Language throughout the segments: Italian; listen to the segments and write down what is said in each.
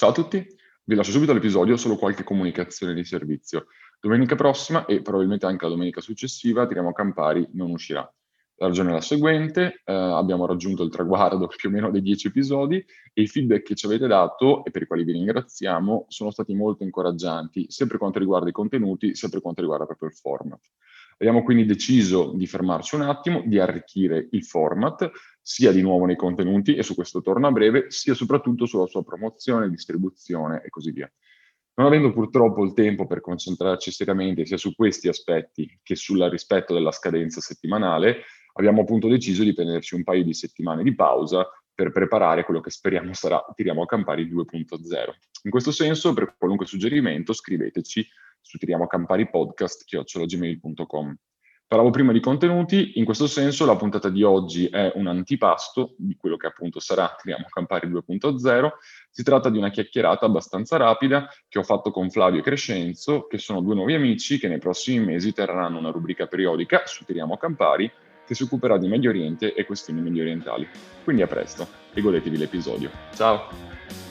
Ciao a tutti, vi lascio subito l'episodio, solo qualche comunicazione di servizio. Domenica prossima e probabilmente anche la domenica successiva Tiriamo Campari non uscirà. La ragione è la seguente, abbiamo raggiunto il traguardo più o meno dei 10 episodi e i feedback che ci avete dato e per i quali vi ringraziamo sono stati molto incoraggianti, sia per quanto riguarda i contenuti, sia per quanto riguarda proprio il format. Abbiamo quindi deciso di fermarci un attimo, di arricchire il format, sia di nuovo nei contenuti, e su questo torno a breve, sia soprattutto sulla sua promozione, distribuzione e così via. Non avendo purtroppo il tempo per concentrarci seriamente sia su questi aspetti che sul rispetto della scadenza settimanale, abbiamo appunto deciso di prenderci un paio di settimane di pausa per preparare quello che speriamo sarà Tiriamo Campari 2.0. In questo senso, per qualunque suggerimento, scriveteci su tiriamocamparipodcast@gmail.com. Parlavo prima di contenuti, in questo senso la puntata di oggi è un antipasto di quello che appunto sarà Tiriamo Campari 2.0. Si tratta di una chiacchierata abbastanza rapida che ho fatto con Flavio e Crescenzo, che sono due nuovi amici che nei prossimi mesi terranno una rubrica periodica su Tiriamo Campari che si occuperà di Medio Oriente e questioni mediorientali. Quindi a presto e godetevi l'episodio. Ciao!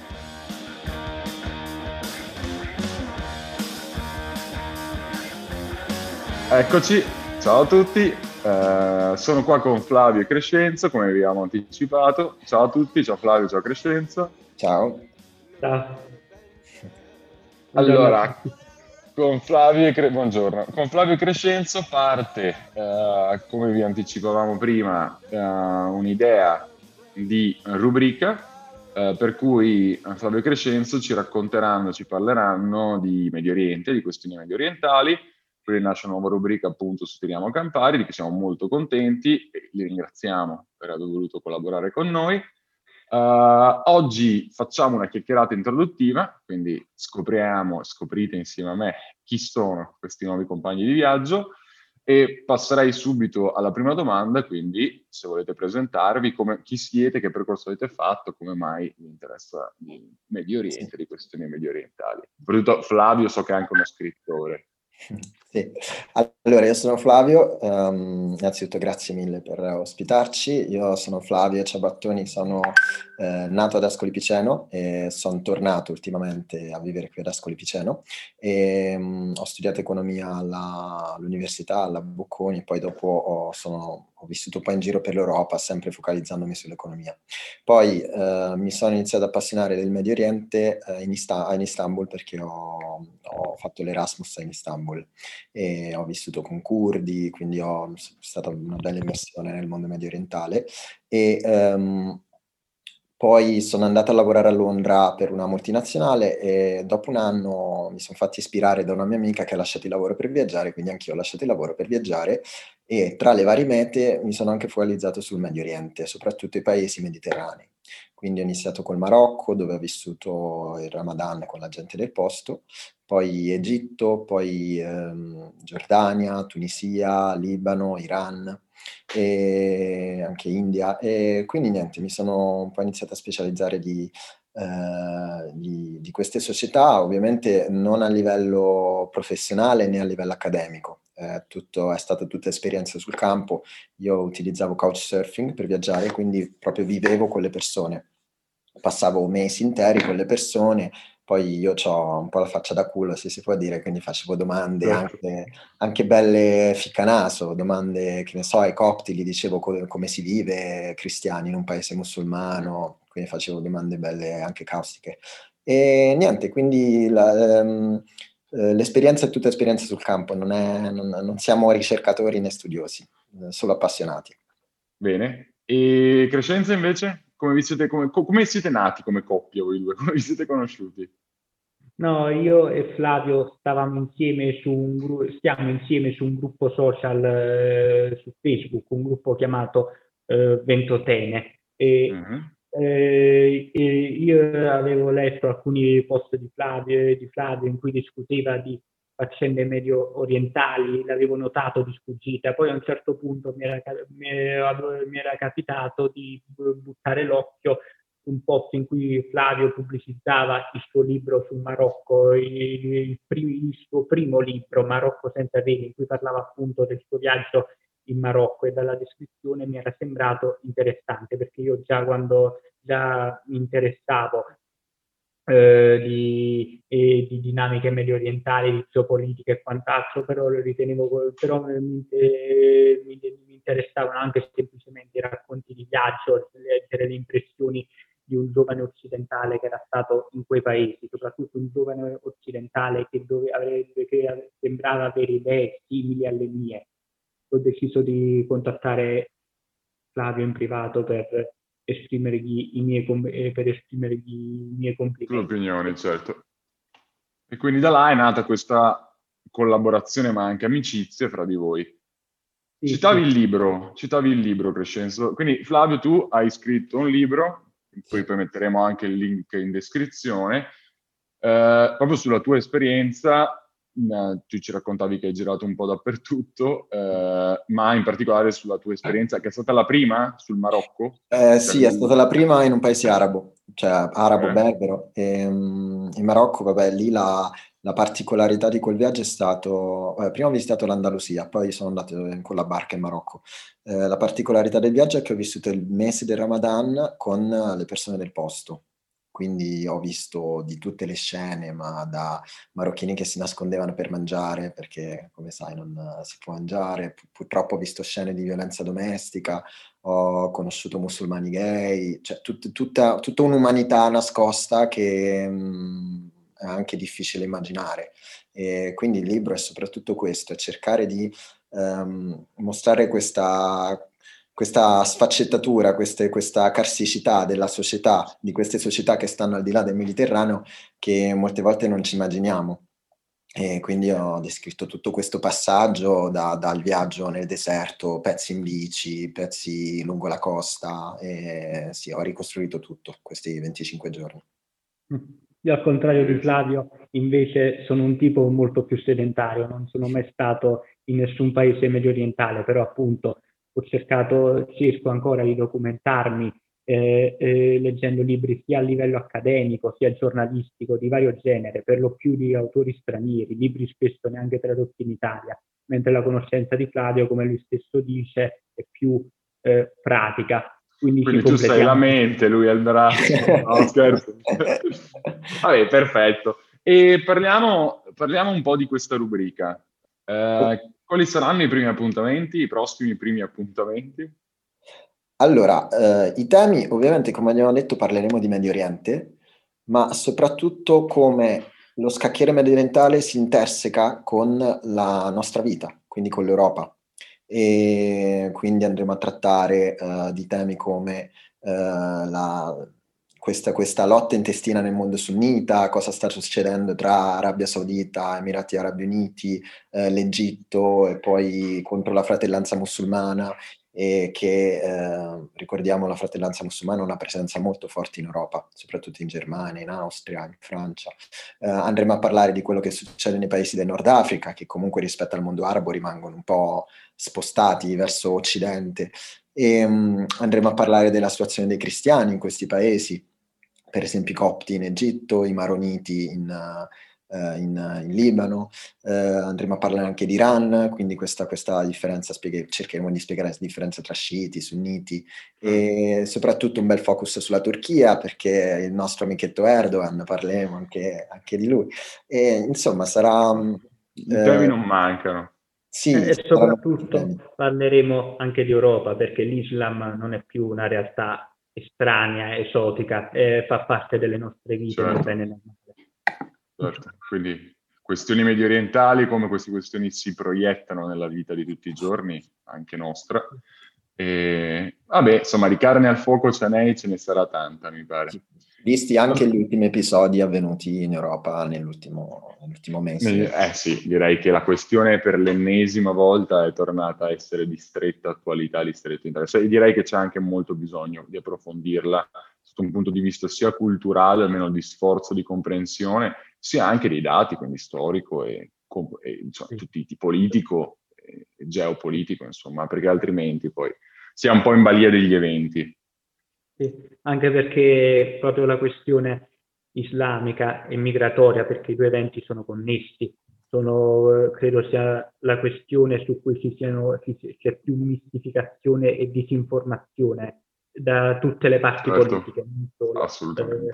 Eccoci, ciao a tutti, sono qua con Flavio e Crescenzo, come vi abbiamo anticipato. Ciao a tutti, ciao Flavio, ciao Crescenzo. Ciao. Ciao. Allora, con Flavio buongiorno. Con Flavio Crescenzo parte, come vi anticipavamo prima, un'idea di rubrica, per cui Flavio Crescenzo ci racconteranno, ci parleranno di Medio Oriente, di questioni medio orientali. Quindi nasce una nuova rubrica appunto su Tiriamo Campari, di cui siamo molto contenti e li ringraziamo per aver voluto collaborare con noi. Oggi facciamo una chiacchierata introduttiva, quindi scoprite insieme a me chi sono questi nuovi compagni di viaggio e passerei subito alla prima domanda, quindi se volete presentarvi, chi siete, che percorso avete fatto, come mai vi interessa di Medio Oriente, di questioni medio orientali. Soprattutto Flavio, so che è anche uno scrittore. Sì. Allora, io sono Flavio, innanzitutto grazie mille per ospitarci. Io sono Flavio Ciabattoni, sono nato ad Ascoli Piceno e sono tornato ultimamente a vivere qui ad Ascoli Piceno e ho studiato economia all'università, alla Bocconi, poi dopo ho vissuto un po' in giro per l'Europa, sempre focalizzandomi sull'economia. Poi mi sono iniziato ad appassionare del Medio Oriente in Istanbul perché ho fatto l'Erasmus in Istanbul e ho vissuto con curdi, quindi è stata una bella immersione nel mondo medio orientale e poi sono andato a lavorare a Londra per una multinazionale e dopo un anno mi sono fatti ispirare da una mia amica che ha lasciato il lavoro per viaggiare, quindi anch'io ho lasciato il lavoro per viaggiare e tra le varie mete mi sono anche focalizzato sul Medio Oriente, soprattutto i paesi mediterranei. Quindi ho iniziato col Marocco, dove ho vissuto il Ramadan con la gente del posto, poi Egitto, poi Giordania, Tunisia, Libano, Iran e anche India. E quindi niente, mi sono un po' iniziato a specializzare di queste società, ovviamente non a livello professionale né a livello accademico. È stata tutta esperienza sul campo. Io utilizzavo Couchsurfing per viaggiare, quindi proprio vivevo con le persone. Passavo mesi interi con le persone, poi io ho un po' la faccia da culo, se si può dire, quindi facevo domande Certo. anche belle ficcanaso, domande, che ne so, ai copti gli dicevo come si vive cristiani in un paese musulmano, quindi facevo domande belle anche caustiche. E niente, quindi l'esperienza è tutta esperienza sul campo, non siamo ricercatori né studiosi, solo appassionati. Bene. E Crescenza invece? Come siete nati come coppia voi due? Come vi siete conosciuti? No, io e Flavio stiamo insieme su un gruppo social su Facebook, un gruppo chiamato Ventotene. Mhm. Io avevo letto alcuni post di Flavio in cui discuteva di faccende medio orientali, l'avevo notato di sfuggita, poi a un certo punto mi era capitato di buttare l'occhio un post in cui Flavio pubblicizzava il suo libro sul Marocco, il suo primo libro, Marocco senza veli, in cui parlava appunto del suo viaggio in Marocco, e dalla descrizione mi era sembrato interessante perché io già quando mi interessavo di dinamiche medio orientali, di geopolitica e quant'altro, però lo ritenevo, però mi interessavano anche semplicemente i racconti di viaggio, leggere le impressioni di un giovane occidentale che era stato in quei paesi, soprattutto un giovane occidentale che sembrava avere idee simili alle mie. Ho deciso di contattare Flavio in privato per esprimergli i miei Tue complimenti. opinioni, certo. E quindi da là è nata questa collaborazione, ma anche amicizia fra di voi. Sì, Citavi il sì. libro, Crescenzo. Quindi Flavio, tu hai scritto un libro, poi metteremo anche il link in descrizione, proprio sulla tua esperienza. Tu ci raccontavi che hai girato un po' dappertutto, ma in particolare sulla tua esperienza, che è stata la prima sul Marocco? Sì, è stata la prima in un paese arabo, cioè Ok. arabo-berbero. In Marocco, vabbè, lì la particolarità di quel viaggio è stato... prima ho visitato l'Andalusia, poi sono andato con la barca in Marocco. La particolarità del viaggio è che ho vissuto il mese del Ramadan con le persone del posto. Quindi ho visto di tutte le scene, ma da marocchini che si nascondevano per mangiare, perché come sai non si può mangiare. Purtroppo ho visto scene di violenza domestica, ho conosciuto musulmani gay, cioè tutta un'umanità nascosta che è anche difficile immaginare. E quindi il libro è soprattutto questo, è cercare di mostrare questa sfaccettatura, questa carsicità della società, di queste società che stanno al di là del Mediterraneo, che molte volte non ci immaginiamo. E quindi ho descritto tutto questo passaggio dal viaggio nel deserto, pezzi in bici, pezzi lungo la costa, e sì, ho ricostruito tutto questi 25 giorni. Io al contrario di Bellissimo. Flavio, invece, sono un tipo molto più sedentario, non sono mai stato in nessun paese medio orientale, però appunto cerco ancora di documentarmi leggendo libri sia a livello accademico sia giornalistico di vario genere, per lo più di autori stranieri, libri spesso neanche tradotti in Italia, mentre la conoscenza di Flavio, come lui stesso dice, è più pratica. Quindi ci Quindi tu sei la completiamo. mente, lui è il braccio. No, scherzo. Vabbè, perfetto. E parliamo un po' di questa rubrica. Quali saranno i primi appuntamenti, i prossimi primi appuntamenti? Allora, i temi, ovviamente, come abbiamo detto, parleremo di Medio Oriente, ma soprattutto come lo scacchiere mediorientale si interseca con la nostra vita, quindi con l'Europa. E quindi andremo a trattare di temi come questa lotta intestina nel mondo sunnita, cosa sta succedendo tra Arabia Saudita, Emirati Arabi Uniti, l'Egitto e poi contro la fratellanza musulmana, e che ricordiamo la fratellanza musulmana ha una presenza molto forte in Europa, soprattutto in Germania, in Austria, in Francia. Andremo a parlare di quello che succede nei paesi del Nord Africa, che comunque rispetto al mondo arabo rimangono un po' spostati verso Occidente. E andremo a parlare della situazione dei cristiani in questi paesi, per esempio i copti in Egitto, i maroniti in Libano. Andremo a parlare anche di Iran, quindi questa differenza, cercheremo di spiegare la differenza tra sciiti, sunniti, e soprattutto un bel focus sulla Turchia, perché il nostro amichetto Erdogan, parleremo anche di lui. E, insomma, sarà... I temi non mancano. sì, E saranno molti temi. soprattutto parleremo anche di Europa, perché l'Islam non è più una realtà estranea, esotica, fa parte delle nostre vite nel Certo, bene e nel male. certo. Quindi questioni medio orientali, come queste questioni si proiettano nella vita di tutti i giorni, anche nostra. E vabbè, insomma, di carne al fuoco ce ne sarà tanta, mi pare. Visti anche gli ultimi episodi avvenuti in Europa nell'ultimo mese. Sì, direi che la questione per l'ennesima volta è tornata a essere di stretta attualità, di stretto interesse. E direi che c'è anche molto bisogno di approfondirla sotto un punto di vista sia culturale, almeno di sforzo di comprensione, sia anche dei dati, quindi storico e, insomma, Sì. tutti politico e geopolitico, insomma, perché altrimenti poi si è un po' in balia degli eventi. Sì, anche perché proprio la questione islamica e migratoria, perché i due eventi sono connessi, credo sia la questione su cui c'è più mistificazione e disinformazione da tutte le parti Certo, politiche, non solo. assolutamente.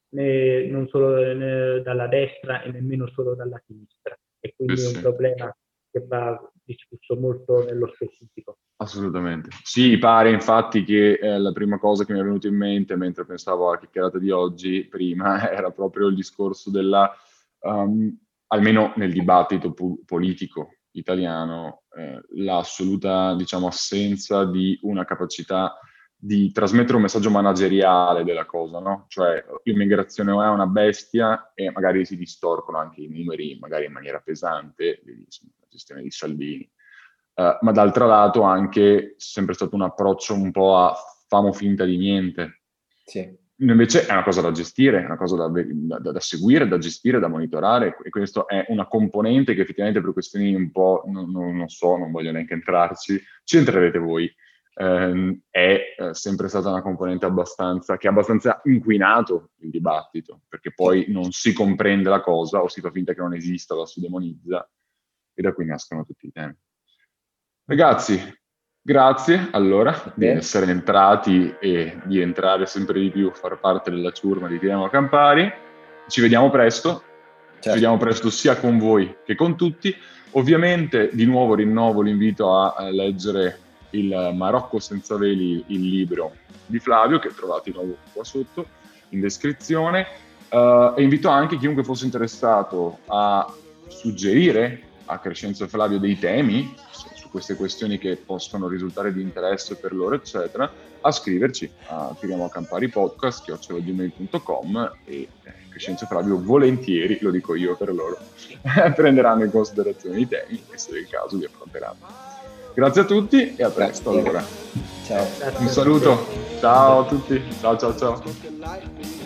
non solo dalla destra e nemmeno solo dalla sinistra, e quindi è un problema che va discusso molto nello specifico. Assolutamente. Sì, pare infatti che la prima cosa che mi è venuta in mente mentre pensavo alla chiacchierata di oggi, prima, era proprio il discorso della, almeno nel dibattito politico italiano, l'assoluta, diciamo, assenza di una capacità di trasmettere un messaggio manageriale della cosa, no? Cioè l'immigrazione è una bestia e magari si distorcono anche i numeri, magari in maniera pesante, la gestione di Salvini. Ma d'altro lato anche sempre stato un approccio un po' a famo finta di niente. Sì. Invece è una cosa da gestire, è una cosa da seguire, da gestire, da monitorare, e questo è una componente che effettivamente per questioni un po', non so, non voglio neanche entrarci, ci entrerete voi. È sempre stata una componente che ha abbastanza inquinato il dibattito, perché poi non si comprende la cosa o si fa finta che non esista, la si demonizza, e da qui nascono tutti i temi. Ragazzi, grazie allora di essere entrati e di entrare sempre di più a far parte della ciurma di Tiriamo Campari. Ci vediamo presto. Ci vediamo presto sia con voi che con tutti. Ovviamente di nuovo rinnovo l'invito a leggere il Marocco senza veli, il libro di Flavio, che trovate di nuovo qua sotto in descrizione, e invito anche chiunque fosse interessato a suggerire a Crescenzo e Flavio dei temi su queste questioni che possono risultare di interesse per loro, eccetera, a scriverci a Tiriamo a Campari Podcast @gmail.com, e Crescenzo e Flavio volentieri, lo dico io per loro, prenderanno in considerazione i temi e se del caso li affronteranno. Grazie a tutti e a presto allora. Ciao. Un saluto. Ciao a tutti. Ciao ciao ciao.